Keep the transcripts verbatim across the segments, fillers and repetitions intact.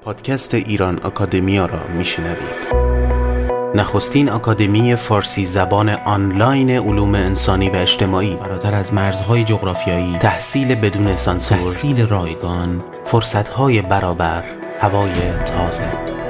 پادکست ایران آکادمیا را میشنوید. نخستین آکادمی فارسی زبان آنلاین علوم انسانی و اجتماعی، فراتر از مرزهای جغرافیایی، تحصیل بدون سانسور، تحصیل رایگان، فرصتهای برابر، هوای تازه.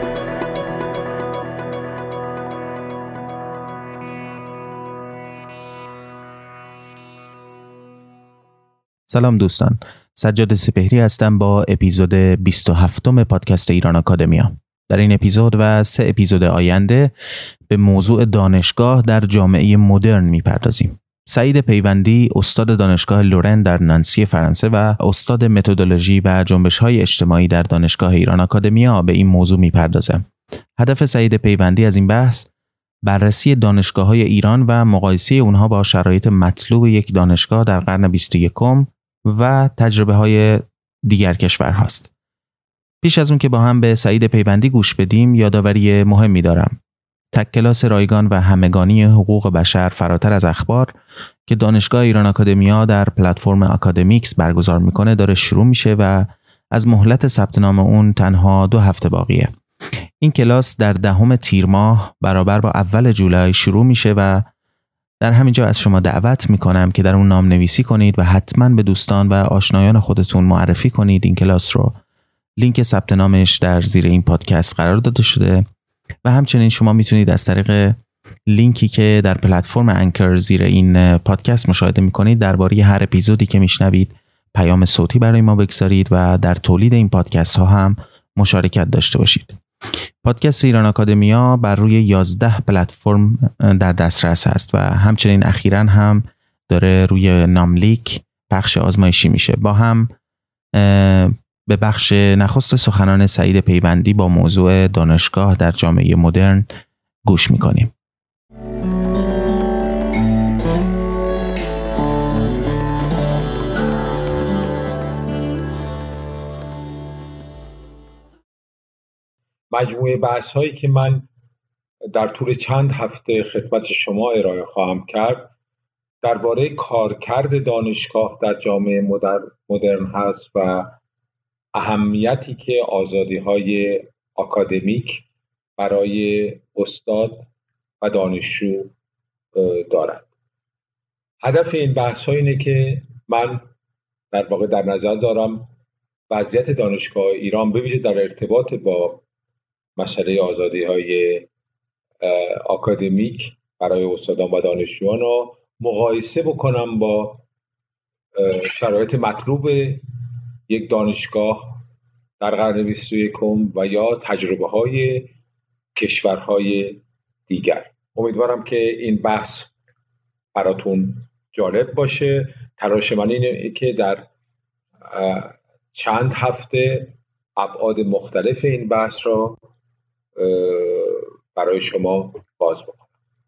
سلام دوستان، سجاد سپهری هستم با اپیزود بیست و هفتم پادکست ایران آکادمیا. در این اپیزود و سه اپیزود آینده به موضوع دانشگاه در جامعه مدرن میپردازیم. سعید پیوندی، استاد دانشگاه لورن در نانسی فرانسه و استاد متدولوژی و جنبش‌های اجتماعی در دانشگاه ایران آکادمیا به این موضوع میپردازه. هدف سعید پیوندی از این بحث بررسی دانشگاه‌های ایران و مقایسه اونها با شرایط مطلوب یک دانشگاه در قرن بیست و یکم و تجربه‌های دیگر کشورهاست. پیش از اون که با هم به سعید پیوندی گوش بدیم، یادآوری مهمی دارم. تک کلاس رایگان و همگانی حقوق بشر فراتر از اخبار که دانشگاه ایران آکادمیا در پلتفرم آکادمیکس برگزار میکنه داره شروع میشه و از مهلت ثبت نام اون تنها دو هفته باقیه. این کلاس در دهم تیر ماه برابر با اول جولای شروع میشه و در همینجا از شما دعوت میکنم که در اون نام نویسی کنید و حتما به دوستان و آشنایان خودتون معرفی کنید این کلاس رو. لینک ثبت نامش در زیر این پادکست قرار داده شده و همچنین شما میتونید از طریق لینکی که در پلتفرم انکر زیر این پادکست مشاهده میکنید درباره هر اپیزودی که میشنوید پیام صوتی برای ما بگذارید و در تولید این پادکست ها هم مشارکت داشته باشید. پادکست ایران آکادمیا بر روی یازده پلتفرم در دسترس است و همچنین اخیراً هم داره روی ناملیک بخش آزمایشی میشه. با هم به بخش نخست سخنان سعید پیوندی با موضوع دانشگاه در جامعه مدرن گوش میکنیم. مجموعه بحث هایی که من در طول چند هفته خدمت شما ارائه خواهم کرد درباره کارکرد دانشگاه در جامعه مدرن هست و اهمیتی که آزادی های آکادمیک برای استاد و دانشجو دارد. هدف این بحث ها اینه که من در واقع در نظر دارم وضعیت دانشگاه ایران به ویژه در ارتباط با مسئله آزادی های آکادمیک برای استادان و دانشجویان رو مقایسه بکنم با شرایط مطلوب یک دانشگاه در قرن بیست و یکم و یا تجربه های کشورهای دیگر. امیدوارم که این بحث براتون جالب باشه. تلاش من اینه که در چند هفته ابعاد مختلف این بحث را برای شما باز بکنم.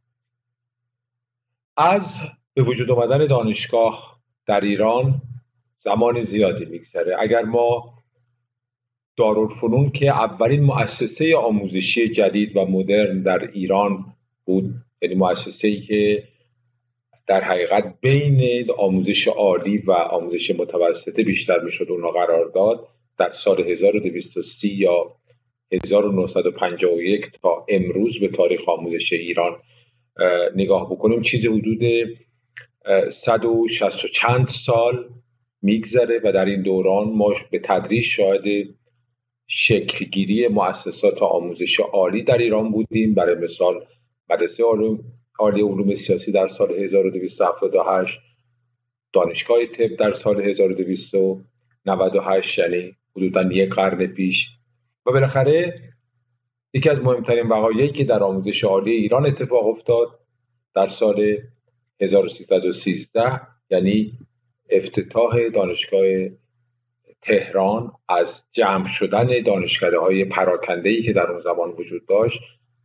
از به وجود آمدن دانشگاه در ایران زمان زیادی میگذره. اگر ما دارالفنون که اولین مؤسسه آموزشی جدید و مدرن در ایران بود، یعنی مؤسسه‌ای که در حقیقت بین آموزش عالی و آموزش متوسطه بیشتر میشد اون را قرار داد، در سال هزار و دویست و سی یا هزار و نهصد و پنجاه و یک تا امروز به تاریخ آموزش ایران نگاه بکنیم، چیز حدود صد و شصت و چند سال میگذره و در این دوران ما به تدریج شاهد شکلگیری مؤسسات آموزش عالی در ایران بودیم. برای مثال مدرسه عالی علوم سیاسی در سال هزار و دویست و هفتاد و هشت، دانشگاه طب در سال هزار و دویست و نود و هشت، یعنی حدوداً یک قرن پیش. و بالاخره یکی از مهمترین وقایعی که در آموزش عالی ایران اتفاق افتاد در سال هزار و سیصد و سیزده، یعنی افتتاح دانشگاه تهران از جمع شدن دانشکده‌های پراکنده‌ای که در اون زمان وجود داشت،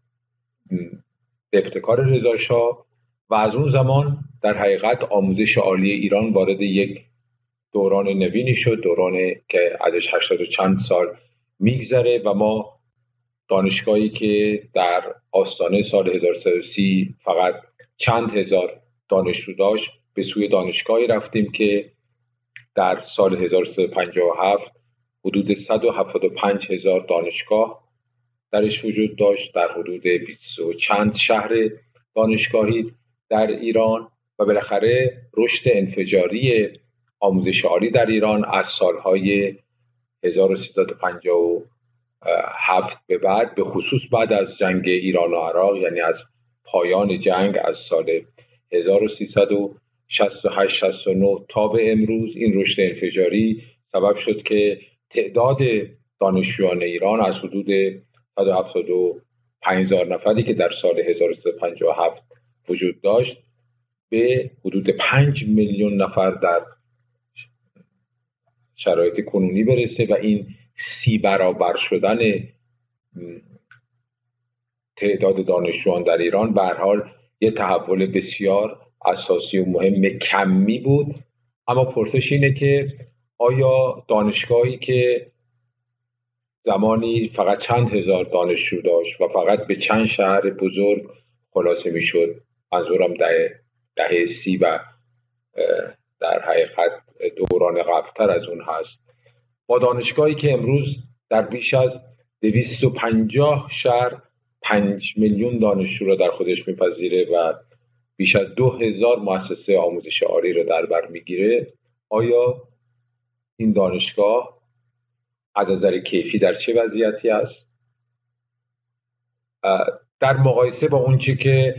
ابتکار رضا شاه، و از اون زمان در حقیقت آموزش عالی ایران وارد یک دوران نوینی شد، دورانی که ازش هشتاد و چند سال میگذره و ما دانشگاهی که در آستانه سال هزار و سیصد و سی فقط چند هزار دانشجو داشت به سوی دانشگاهی رفتیم که در سال هزار و سیصد و پنجاه و هفت حدود صد و هفتاد و پنج هزار دانشگاه درش وجود داشت در حدود بیست و چند شهر دانشگاهی در ایران و بالاخره رشد انفجاری آموزش عالی در ایران از سالهای هزار و سیصد و پنجاه و هفت به بعد، به خصوص بعد از جنگ ایران و عراق، یعنی از پایان جنگ از سال هزار و سیصد و شصت و هشت شصت و نه تا به امروز، این رشد انفجاری سبب شد که تعداد دانشجویان ایران از حدود صد و هفتاد و پنج هزار نفری که در سال هزار و سیصد و پنجاه و هفت وجود داشت به حدود پنج میلیون نفر در شرایط کنونی برسه و این سی برابر شدن تعداد دانشجویان در ایران به هر حال یه تحول بسیار اساسی و مهم کمی بود. اما پرسش اینه که آیا دانشگاهی که زمانی فقط چند هزار دانشجو داشت و فقط به چند شهر بزرگ خلاصه میشد، منظورم دهه دهه سی و در حقیقت دوران قبلتر از اون هست، با دانشگاهی که امروز در بیش از دویست و پنجاه شهر پنج میلیون دانشجو را در خودش میپذیره و بیش از دو هزار مؤسسه آموزش عالی را در بر میگیره، آیا این دانشگاه از نظر کیفی در چه وضعیتی است؟ در مقایسه با اون چی که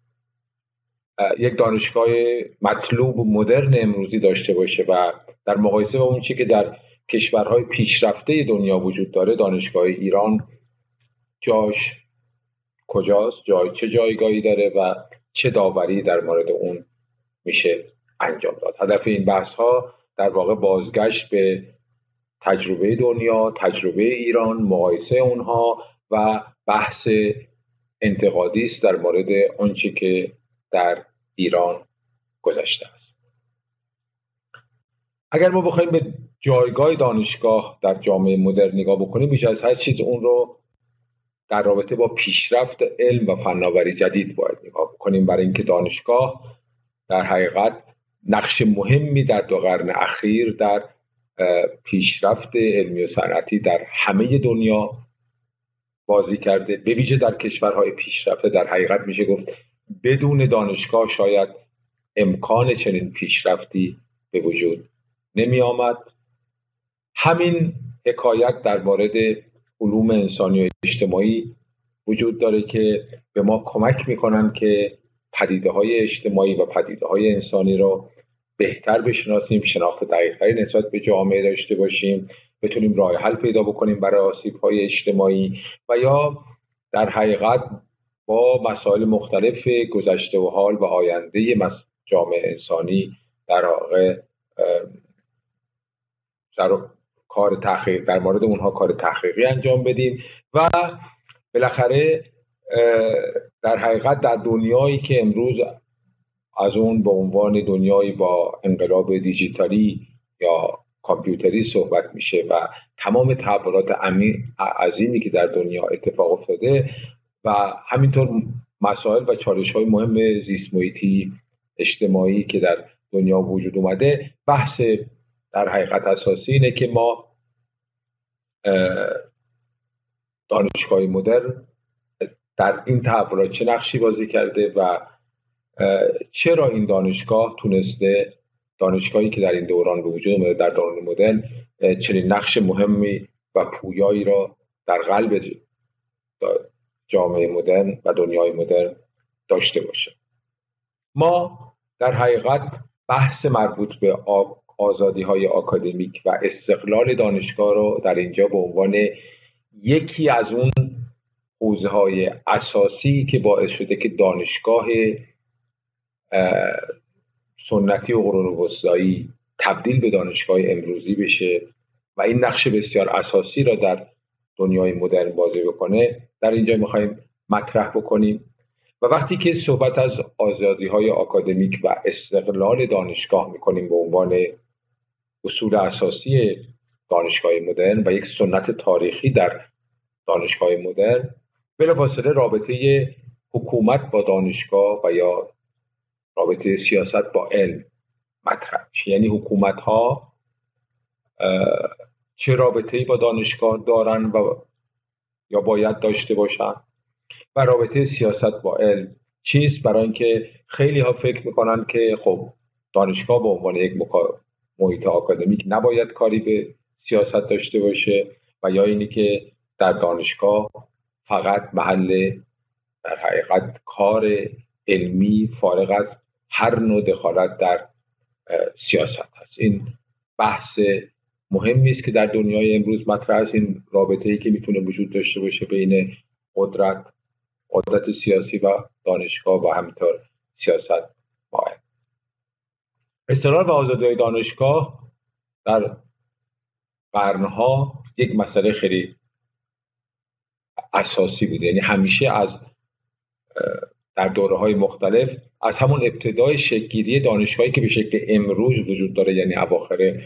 یک دانشگاه مطلوب و مدرن امروزی داشته باشه و در مقایسه با اون چی که در کشورهای پیشرفته دنیا وجود داره، دانشگاه ایران جاش کجاست؟ جای چه جایگاهی داره و چه داوری در مورد اون میشه انجام داد؟ هدف این بحث ها در واقع بازگشت به تجربه دنیا، تجربه ایران، مقایسه اونها و بحث انتقادی است در مورد آنچه که در ایران گذشته است. اگر ما بخوایم به جایگاه دانشگاه در جامعه مدرن نگاه بکنیم، بیش از هر چیز اون رو در رابطه با پیشرفت علم و فناوری جدید باید نگاه بکنیم، برای اینکه دانشگاه در حقیقت نقش مهمی در دو قرن اخیر در پیشرفت علمی و صنعتی در همه دنیا بازی کرده، به ویژه در کشورهای پیشرفته. در حقیقت میشه گفت بدون دانشگاه شاید امکان چنین پیشرفتی به وجود نمی آمد. همین حکایت در مورد علوم انسانی و اجتماعی وجود داره که به ما کمک میکنن که پدیده های اجتماعی و پدیده های انسانی رو بهتر بشناسیم، شناخت دقیق‌تری نسبت به جامعه داشته باشیم، بتونیم راه حل پیدا بکنیم برای آسیب‌های اجتماعی و یا در حقیقت با مسائل مختلف گذشته و حال و آینده جامعه انسانی در واقع در کار تحقیق در مورد اونها کار تحقیقی انجام بدیم و بالاخره در حقیقت در دنیایی که امروز از اون به عنوان دنیایی با انقلاب دیجیتالی یا کامپیوتری صحبت میشه و تمام تحولات عظیمی که در دنیا اتفاق افتاده و همینطور مسائل و چالش‌های مهم زیست محیطی اجتماعی که در دنیا وجود اومده، بحث در حقیقت اساسی اینه که ما دانشگاه مدرن در این تحولات چه نقشی بازی کرده و چرا این دانشگاه تونسته، دانشگاهی که در این دوران به وجود اومده در دوران مدرن، چنین نقش مهمی و پویایی را در قلب جامعه مدرن و دنیای مدرن داشته باشه. ما در حقیقت بحث مربوط به آزادی‌های آکادمیک و استقلال دانشگاه رو در اینجا به عنوان یکی از اون حوزه‌های اساسی که باعث شده که دانشگاه سنتی و قرون وسطایی تبدیل به دانشگاه امروزی بشه و این نقش بسیار اساسی را در دنیای مدرن بازی بکنه، در اینجا می‌خوایم مطرح بکنیم. و وقتی که صحبت از آزادی‌های آکادمیک و استقلال دانشگاه می‌کنیم به عنوان اصول اساسی دانشگاه مدرن و یک سنت تاریخی در دانشگاه مدرن، بلافاصله رابطه حکومت با دانشگاه و یا رابطه سیاست با علم مطرح میشه. یعنی حکومت‌ها چه رابطه‌ای با دانشگاه دارن و یا باید داشته باشن و رابطه سیاست با علم چیست، برای اینکه خیلی ها فکر میکنن که خب دانشگاه به عنوان یک محیط آکادمیک نباید کاری به سیاست داشته باشه و یا اینی که در دانشگاه فقط محل در حقیقت کار علمی فارغ از هر نوع دخالت در سیاست هست. این بحث مهمی است که در دنیای امروز مطرح است، این رابطه‌ای که میتونه وجود داشته باشه بین قدرت قدرت سیاسی و دانشگاه و همینطور سیاست با علم. استقلال و آزادی دانشگاه در قرنها یک مسئله خیلی اساسی بوده، یعنی همیشه از در دوره‌های مختلف از همون ابتدای شکل‌گیری دانشگاهی که به شکل امروز وجود داره، یعنی اواخر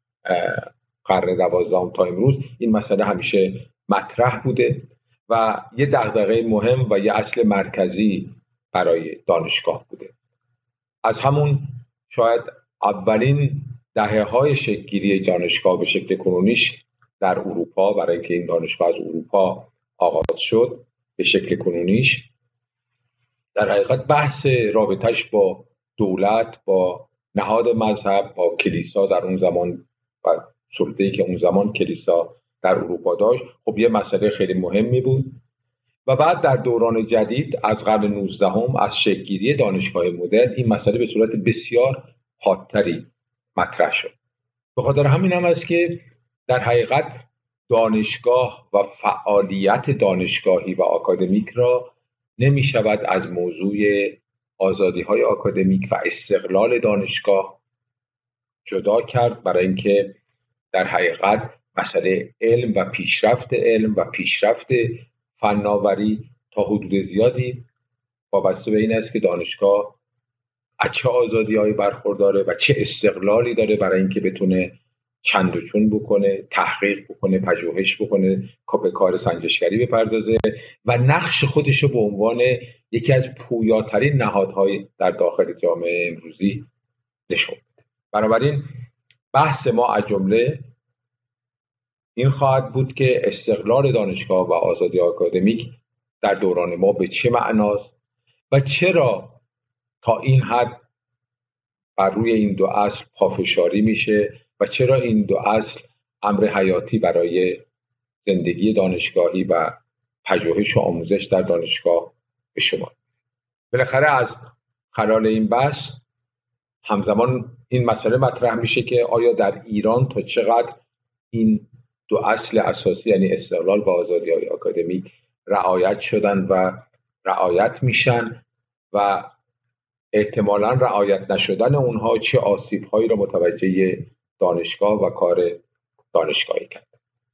قرن دوازدهم تا امروز، این مسئله همیشه مطرح بوده و یه دغدغه مهم و یه اصل مرکزی برای دانشگاه بوده. از همون شاید اولین دهه‌های شکل‌گیری دانشگاه به شکل کنونیش در اروپا، برای اینکه این دانشگاه از اروپا آغاز شد به شکل کنونیش، در حقیقت بحث رابطش با دولت، با نهاد مذهب، با کلیسا در اون زمان و سلطه‌ای که اون زمان کلیسا در اروپا داشت، خب یه مسئله خیلی مهمی بود. و بعد در دوران جدید از قرن نوزدهم از شکل‌گیری دانشگاه مدرن این مسئله به صورت بسیار حادتری مطرح شد. به خاطر همین هم است که در حقیقت دانشگاه و فعالیت دانشگاهی و آکادمیک را نمی شود از موضوع آزادی‌های آکادمیک و استقلال دانشگاه جدا کرد، برای اینکه در حقیقت مسئله علم و پیشرفت علم و پیشرفت فناوری تا حدود زیادی وابسته به این است که دانشگاه از چه آزادی‌هایی برخورداره و چه استقلالی داره برای اینکه بتونه چند و چون بکنه، تحقیق بکنه، پژوهش بکنه، به کار سنجشگری بپردازه و نقش خودش رو به عنوان یکی از پویاترین نهادهای در داخل جامعه امروزی نشون بده. بنابراین بحث ما از جمله این خواهد بود که استقلال دانشگاه و آزادی آکادمیک در دوران ما به چه معناست و چرا تا این حد بر روی این دو اصل پافشاری میشه و چرا این دو اصل امر حیاتی برای زندگی دانشگاهی و پژوهش و آموزش در دانشگاه به شما. بالاخره از خلال این بحث همزمان این مسئله مطرح میشه که آیا در ایران تا چقدر این دو اصل اساسی یعنی استقلال و آزادی‌های آکادمیک رعایت شدن و رعایت میشن و احتمالاً رعایت نشدن اونها چه آسیب‌هایی را متوجه دانشگاه و کار دانشگاهی کرد.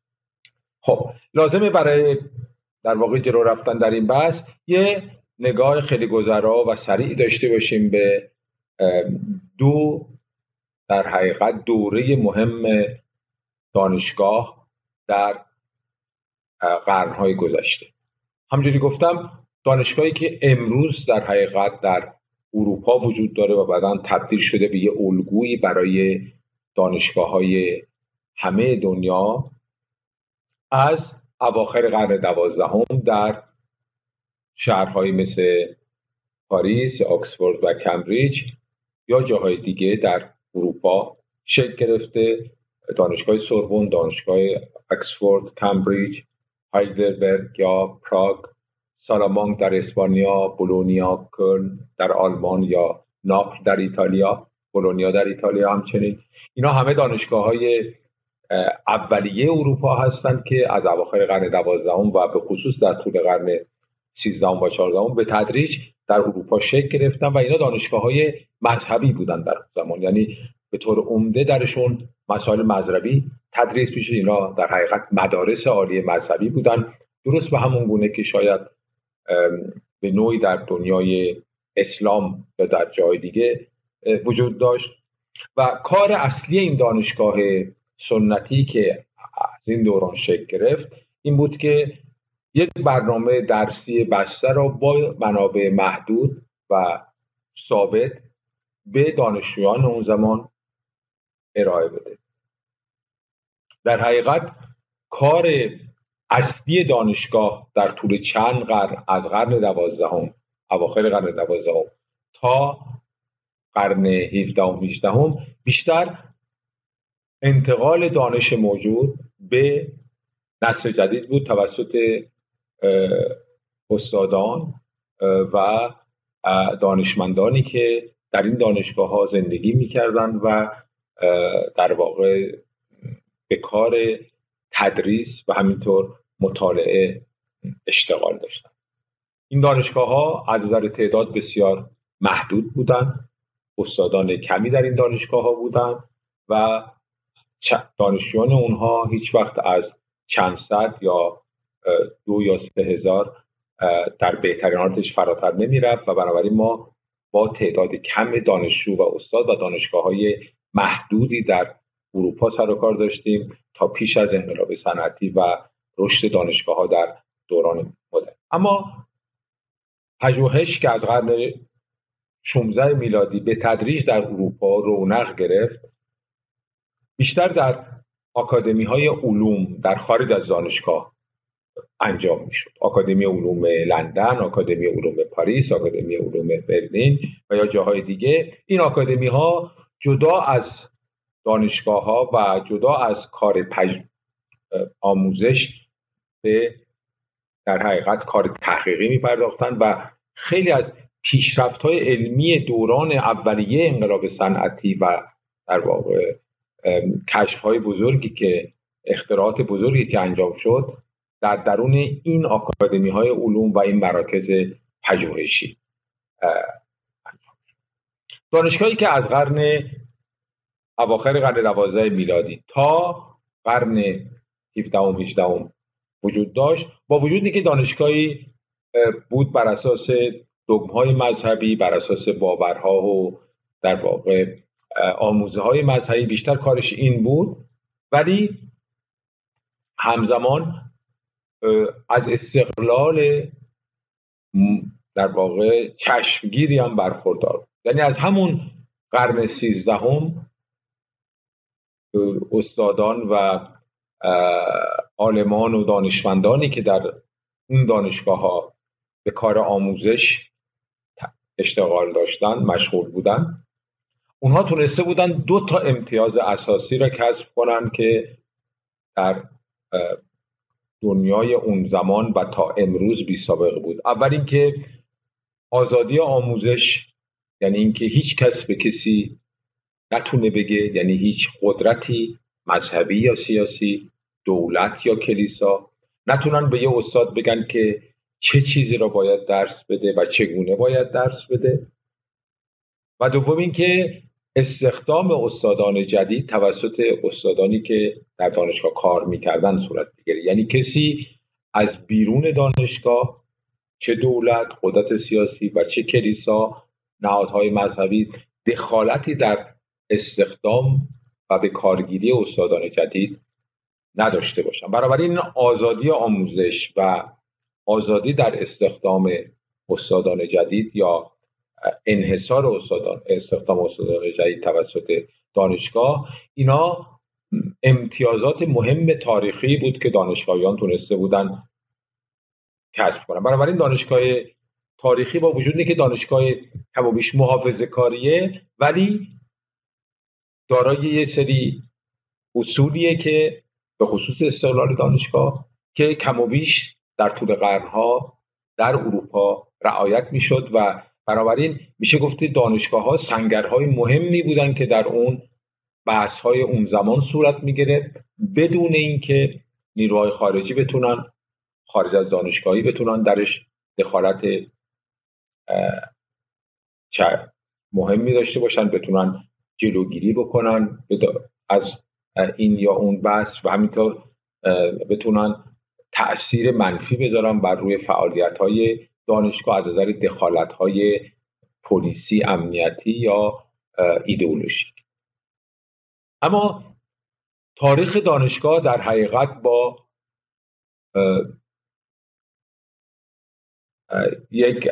خب لازمه برای در واقع جلو رفتن در این بحث یه نگاه خیلی گذرا و سریع داشته باشیم به دو در حقیقت دوره مهم دانشگاه در قرن‌های گذشته. همونجوری گفتم دانشگاهی که امروز در حقیقت در اروپا وجود داره و بعداً تبدیل شده به یه الگویی برای دانشگاه‌های همه دنیا، از اواخر قرن دوازدهم در شهرهایی مثل پاریس، آکسفورد و کمبریج یا جاهای دیگه در اروپا شکل گرفته. دانشگاه سوربن، دانشگاه آکسفورد، کمبریج، هایدلبرگ یا پراگ، سالامانک در اسپانیا، بولونیا، کلن در آلمان یا ناپل در ایتالیا، بولونیا در ایتالیا همچنین. اینا همه دانشگاه‌های اولیه اروپا هستند که از اواخر قرن دوازدهم و به خصوص در طول قرن سیزدهم و چهاردهم به تدریج در اروپا شکل گرفتن و اینا دانشگاه‌های مذهبی بودن در زمان، یعنی به طور عمده درشون مسائل مذهبی تدریس میشه. اینا در حقیقت مدارس عالی مذهبی بودن، درست به همون گونه که شاید به نوعی در دنیای اسلام یا در جای دیگه وجود داشت. و کار اصلی این دانشگاه سنتی که از این دوران شکل گرفت این بود که یک برنامه درسی بسته را با منابع محدود و ثابت به دانشجویان اون زمان ارائه بده. در حقیقت کار اصلی دانشگاه در طول چند قرن، از قرن دوازدهم، اواخر قرن دوازدهم تا قرن هفدهم هجدهم، بیشتر انتقال دانش موجود به نسل جدید بود توسط استادان و دانشمندانی که در این دانشگاه ها زندگی می‌کردند و در واقع به کار تدریس و همینطور مطالعه اشتغال داشتند. این دانشگاه ها از نظر تعداد بسیار محدود بودند، استادان کمی در این دانشگاه ها بودند و دانشجویان اونها هیچ وقت از چند صد یا دو یا سه هزار در بهترین حالتش فراتر نمی رفت و بنابراین ما با تعداد کم دانشجو و استاد و دانشگاه های محدودی در اروپا سر و کار داشتیم تا پیش از انقلاب صنعتی و رشد دانشگاه ها در دوران مدرن. اما پژوهش که از قرن شانزده میلادی به تدریج در اروپا رونق گرفت، بیشتر در آکادمی های علوم در خارج از دانشگاه انجام می شد. آکادمی علوم لندن، آکادمی علوم پاریس، آکادمی علوم برلین و یا جاهای دیگه. این آکادمی ها جدا از دانشگاه ها و جدا از کار پج... آموزش به در حقیقت کار تحقیقی می پرداختن و خیلی از پیشرفت های علمی دوران اولیه انقلاب صنعتی و در واقع کشف های بزرگی که اختراعات بزرگی که انجام شد در درون این آکادمی های علوم و این مراکز پژوهشی انجام شد. دانشگاهی که از قرن اواخر قرن دوازده میلادی تا قرن هفدهم هجدهم وجود داشت، با وجودی که دانشگاهی بود بر اساس دگم‌های مذهبی، بر اساس باورها و در واقع آموزه‌های مذهبی، بیشتر کارش این بود، ولی همزمان از استقلال در واقع چشمگیری هم برخوردار. یعنی از همون قرن سیزدهم استادان و عالمان و دانشمندانی که در اون دانشگاه ها به کار آموزش اشتغال داشتن، مشغول بودن، اونها تونسته بودن دو تا امتیاز اساسی را کسب کنن که در دنیای اون زمان و تا امروز بی سابقه بود. اول اینکه آزادی آموزش، یعنی اینکه هیچ کس به کسی نتونه بگه، یعنی هیچ قدرتی مذهبی یا سیاسی، دولت یا کلیسا نتونن به یه استاد بگن که چه چیزی را باید درس بده و چگونه باید درس بده. و دوم اینکه استخدام استادان جدید توسط استادانی که در دانشگاه کار میکردن صورت بگیره، یعنی کسی از بیرون دانشگاه، چه دولت، قدرت سیاسی و چه کلیسا، نهادهای مذهبی، دخالتی در استخدام و به کارگیری استادان جدید نداشته باشن. بنابراین آزادی آموزش و آزادی در استخدام استادان جدید یا انحصار استادان استخدام استادان جدید توسط دانشگاه، اینا امتیازات مهم تاریخی بود که دانشگاهیان تونسته بودن کسب کنن. بنابراین دانشگاه تاریخی با وجودی که دانشگاه کم و بیش محافظه‌کاریه، ولی دارای یه سری اصولیه که به خصوص استقلال دانشگاه که کم و بیش در طول قرنها در اروپا رعایت میشد و بنابراین میشه گفت دانشگاه‌ها سنگرهای مهمی بودن که در اون بحث‌های اون زمان صورت میگرفت بدون اینکه نیروهای خارجی بتونن، خارج از دانشگاهی بتونن درش دخالت مهمی داشته باشن، بتونن جلوگیری بکنن از این یا اون بحث و همینطور بتونن تأثیر منفی بذارن بر روی فعالیت‌های دانشگاه از نظر دخالت‌های پلیسی، امنیتی یا ایدئولوژیک. اما تاریخ دانشگاه در حقیقت با یک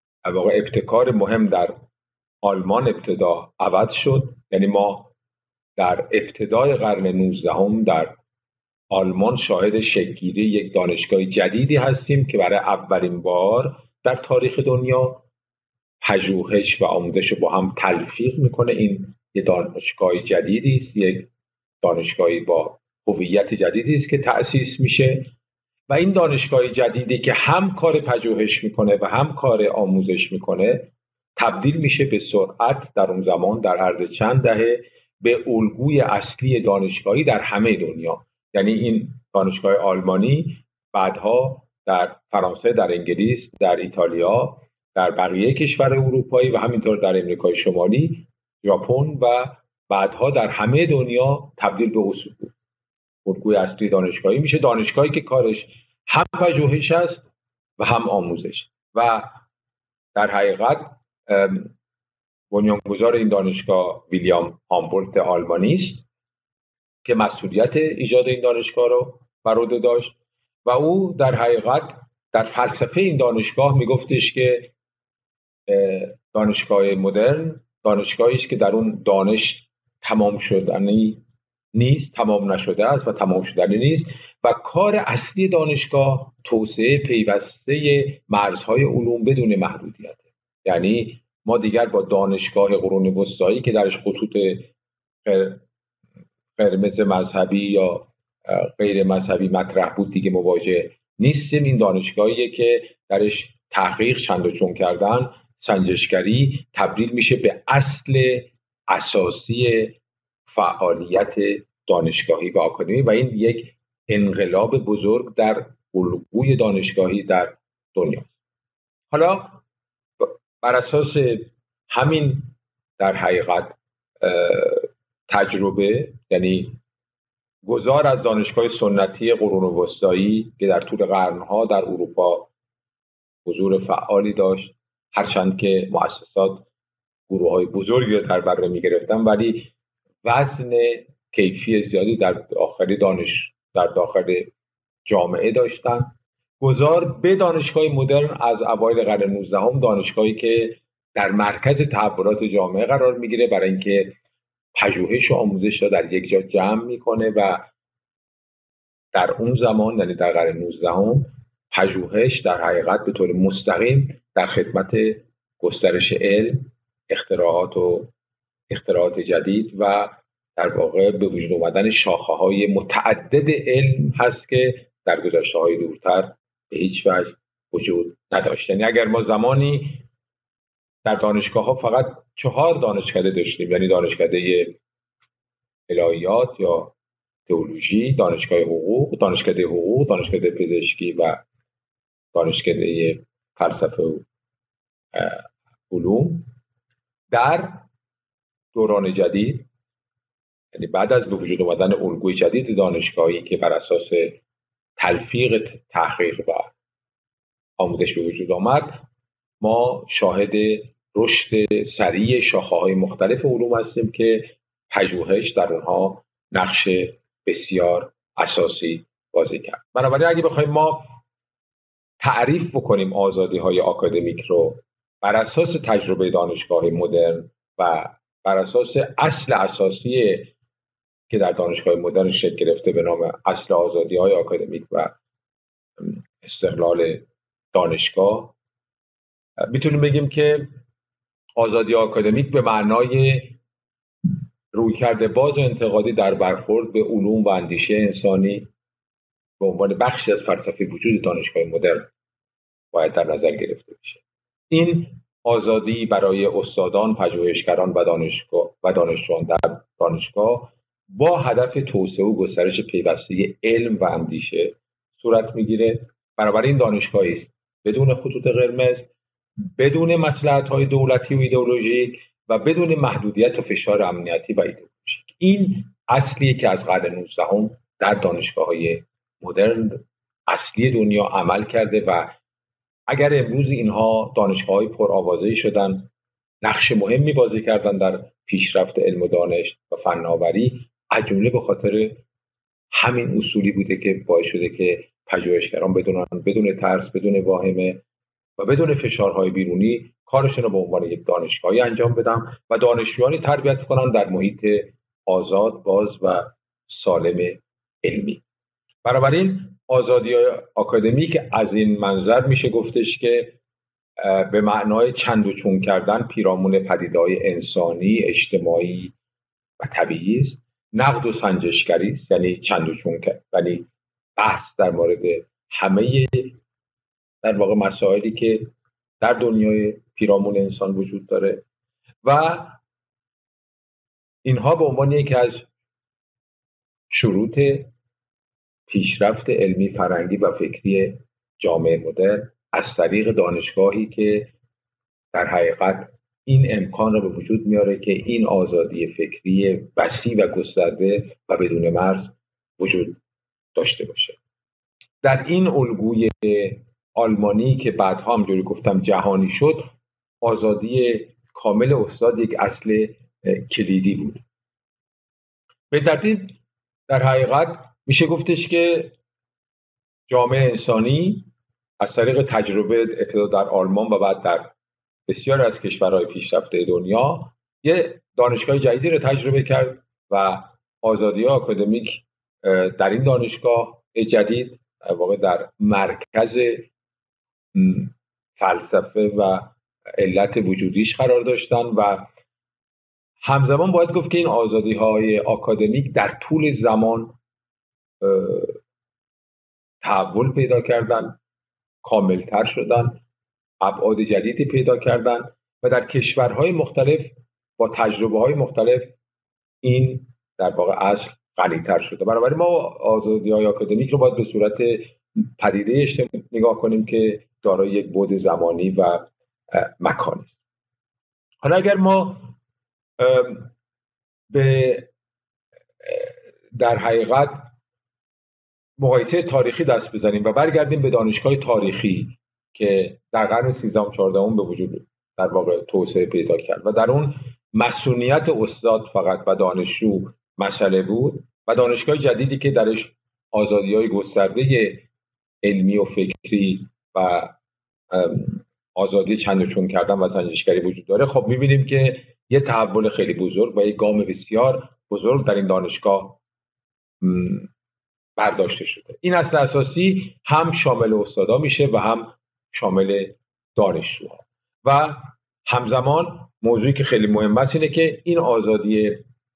واقع ابتکار مهم در آلمان ابتدا عوض شد. یعنی ما در ابتدای قرن نوزدهم در آلمان شاهد شکل‌گیری یک دانشگاه جدیدی هستیم که برای اولین بار در تاریخ دنیا پژوهش و آموزش با هم تلفیق میکنه. این یک دانشگاه جدیدی است، یک دانشگاهی با هویت جدیدی است که تأسیس میشه و این دانشگاه جدیدی که هم کار پژوهش میکنه و هم کار آموزش میکنه تبدیل میشه به سرعت در اون زمان در عرض چند دهه به الگوی اصلی دانشگاهی در همه دنیا. یعنی این دانشگاه آلمانی بعدها در فرانسه، در انگلیس، در ایتالیا، در بقیه کشور اروپایی و همینطور در امریکای شمالی، ژاپن و بعدها در همه دنیا تبدیل به الگوی اصلی دانشگاهی میشه. دانشگاهی که کارش هم پژوهش است و هم آموزش و در حقیقت بنیانگذار این دانشگاه ویلیام هامبولت آلمانی است که مسئولیت ایجاد این دانشگاه رو بر عهده داشت و او در حقیقت در فلسفه این دانشگاه میگفتش که دانشگاه مدرن دانشگاهی است که در اون دانش تمام شدنی نیست، تمام نشده است و تمام شدنی نیست و کار اصلی دانشگاه توسعه پیوسته مرزهای علوم بدون محدودیت. یعنی ما دیگر با دانشگاه قرون وسطایی که درش خطوط قرمز مذهبی یا غیر مذهبی مطرح بود دیگه مواجه نیستیم. این دانشگاهیه که درش تحقیق، چند و چون کردن، سنجشگری تبدیل میشه به اصل اساسی فعالیت دانشگاهی و آکادمی و این یک انقلاب بزرگ در الگوی دانشگاهی در دنیا. حالا بر اساس همین در حقیقت تجربه، یعنی گذار از دانشگاه سنتی قرون وسطایی که در طول قرنها در اروپا حضور فعالی داشت، هرچند که مؤسسات گروه‌های بزرگی رو در بر می‌گرفتن ولی وزن کیفی زیادی در داخل دانش در داخل جامعه داشتن، گذار به دانشگاه مدرن از اوایل قرن نوزدهم، دانشگاهی که در مرکز تحولات جامعه قرار میگیره برای اینکه پژوهش و آموزش را در یک جا جمع میکنه و در اون زمان یعنی در قرن نوزدهم پژوهش در حقیقت به طور مستقیم در خدمت گسترش علم، اختراعات و اختراعات جدید و در واقع به وجود آمدن شاخه‌های متعدد علم هست که در گذشته‌های دورتر به هیچ وجه وجود نداشت. یعنی اگر ما زمانی در دانشگاه‌ها فقط چهار دانشکده داشتیم، یعنی دانشکده الهیات یا تئولوژی، دانشگاه حقوق، دانشکده حقوق، دانشکده پزشکی و دانشکده فلسفه و علوم، در دوران جدید، یعنی بعد از به وجود آمدن الگوی جدید دانشگاهی که بر اساس تلفیق تحقیق و آموزش به وجود آمد، ما شاهد رشد سریع شاخه‌های مختلف علوم هستیم که پژوهش در اونها نقش بسیار اساسی بازی کرد. بنابراین اگه بخوایم ما تعریف بکنیم آزادی‌های آکادمیک رو بر اساس تجربه دانشگاه مدرن و بر اساس اصل اساسی که در دانشگاه مدرن شکل گرفته به نام اصل آزادی‌های آکادمیک و استقلال دانشگاه، میتونیم بگیم که آزادی آکادمیک به معنای رویکرد باز و انتقادی در برخورد به علوم و اندیشه انسانی به عنوان بخشی از فلسفه وجود دانشگاه مدرن باید در نظر گرفته بشه. این آزادی برای استادان، پژوهشگران و دانشگاه و دانشجویان در دانشگاه با هدف توسعه و گسترش پیوسته علم و اندیشه صورت میگیره. بنابراین دانشگاهی است بدون خطوط قرمز، بدون مصلحت‌های دولتی و ایدئولوژیک و بدون محدودیت و فشار امنیتی و ایدئولوژیک. این اصلیه که از قرن نوزدهم در دانشگاه‌های مدرن اصلی دنیا عمل کرده و اگر امروز اینها دانشگاه‌های پرآوازه‌ای شدن، نقش مهمی بازی کردن در پیشرفت علم و دانش و فناوری، از جمله به خاطر همین اصولی بوده که باعث شده که پژوهشگران بدون بدون ترس، بدون واهمه و بدون فشارهای بیرونی کارشون رو به عنوان یک دانشگاهی انجام بدن و دانشجویانی تربیت کنن در محیط آزاد، باز و سالم علمی. بنابراین آزادی آکادمیک از این منظر میشه گفتش که به معنای چند و چون کردن پیرامون پدیده‌های انسانی، اجتماعی و طبیعی است. نقد و سنجشگری است، یعنی چند و چون کرد، یعنی بحث در مورد همه در واقع مسائلی که در دنیای پیرامون انسان وجود داره و اینها به عنوان یکی از شروط پیشرفت علمی، فرهنگی و فکری جامعه مدرن از طریق دانشگاهی که در حقیقت این امکان را به وجود میاره که این آزادی فکری وسیع و گسترده و بدون مرز وجود داشته باشه. در این الگوی آلمانی که بعدها همونجوری گفتم جهانی شد، آزادی کامل استاد یک اصل کلیدی بود. به ترتیب در حقیقت میشه گفتش که جامعه انسانی از طریق تجربه ابتدا در آلمان و بعد در بسیار از کشورهای پیشرفته دنیا یه دانشگاه جدیدی رو تجربه کرد و آزادی آکادمیک در این دانشگاه جدید در واقع در مرکز فلسفه و علت وجودیش قرار داشتن و همزمان باید گفت که این آزادی های آکادمیک در طول زمان تحول پیدا کردن، کاملتر شدن، ابعاد جدیدی پیدا کردن و در کشورهای مختلف با تجربه های مختلف این در واقع اصل غنی‌تر شده. بنابراین ما آزادی های آکادمیک رو باید به صورت پدیده اجتماعی نگاه کنیم که دارای یک بعد زمانی و مکانی است. حالا اگر ما به در حقیقت مقایسه تاریخی دست بزنیم و برگردیم به دانشگاه تاریخی که در قرن سیزدهم چهاردهم به وجود در واقع توسعه پیدا کرد و در اون مسئولیت استاد فقط و دانشجو مسئله بود و دانشگاه جدیدی که درش آزادی‌های گسترده علمی و فکری و آزادی چند و چون کردن و سنجشگری وجود داره، خب می‌بینیم که یه تحول خیلی بزرگ و یک گام بسیار بزرگ در این دانشگاه برداشته شده. این اصل اساسی هم شامل استادا میشه و هم شامل دانشجوها و همزمان موضوعی که خیلی مهم است اینه که این آزادی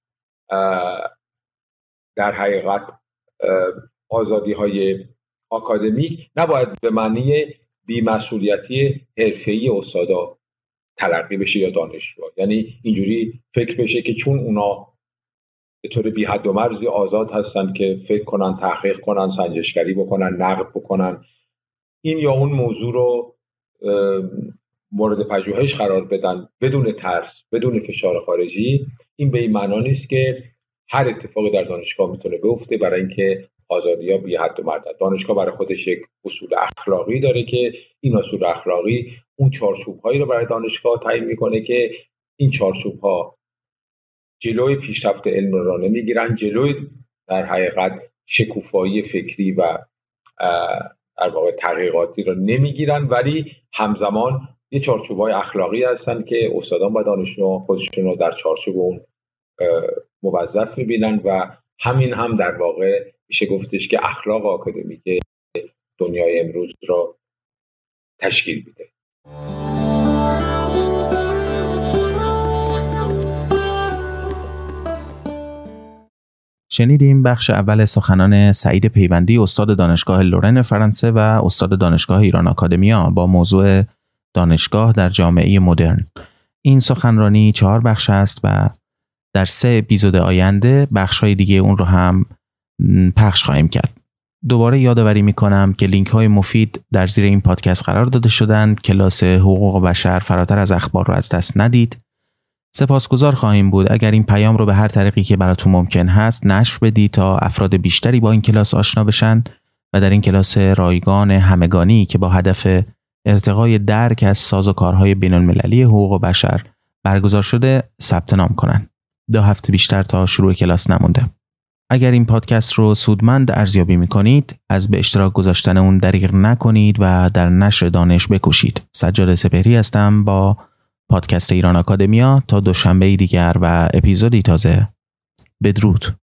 در حقیقت آزادی های آکادمیک نباید به معنی بی‌مسئولیتی حرفه‌ای استادا تلقی بشه یا دانشجوها، یعنی اینجوری فکر بشه که چون اونا به طور بی حد و مرزی آزاد هستن که فکر کنن، تحقیق کنن، سنجشگری بکنن، نقد بکنن، این یا اون موضوع رو مورد پژوهش قرار بدن بدون ترس، بدون فشار خارجی، این به این معنا نیست که هر اتفاقی در دانشگاه میتونه بیفته، برای اینکه آزادی‌ها بی حد و مرز. دانشگاه برای خودش یک اصول اخلاقی داره که این اصول اخلاقی اون چارچوب‌هایی رو برای دانشگاه تعیین میکنه که این چارچوب‌ها جلوی پیشرفت علم را نمیگیرن، جلوی در حقیقت شکوفایی فکری و در واقع تحقیقاتی را نمیگیرن، ولی همزمان یه چارچوب‌های اخلاقی هستن که استادان و دانشجویان خودشون رو در چارچوب اون موظف میبینن و همین هم در واقع میشه گفتش که اخلاق آکادمیک دنیای امروز را تشکیل میده. شنیدیم بخش اول سخنان سعید پیوندی، استاد دانشگاه لورن فرانسه و استاد دانشگاه ایران آکادمیا با موضوع دانشگاه در جامعه مدرن. این سخنرانی چهار بخش است و در سه اپیزود آینده بخش‌های دیگه اون رو هم پخش خواهیم کرد. دوباره یادآوری می‌کنم که لینک‌های مفید در زیر این پادکست قرار داده شدند. کلاس حقوق بشر فراتر از اخبار رو از دست ندید. سپاسگزار خواهیم بود اگر این پیام رو به هر طریقی که براتون ممکن هست نشر بدید تا افراد بیشتری با این کلاس آشنا بشن و در این کلاس رایگان همگانی که با هدف ارتقای درک از سازوکارهای بین‌المللی حقوق بشر برگزار شده ثبت نام کنن. دو هفته بیشتر تا شروع کلاس نمونده. اگر این پادکست رو سودمند ارزیابی می‌کنید، از به اشتراک گذاشتن اون دریغ نکنید و در نشر دانش بکوشید. سجاد سپهری هستم با پادکست ایران آکادمیا. تا دوشنبه دیگر و اپیزودی تازه، بدرود.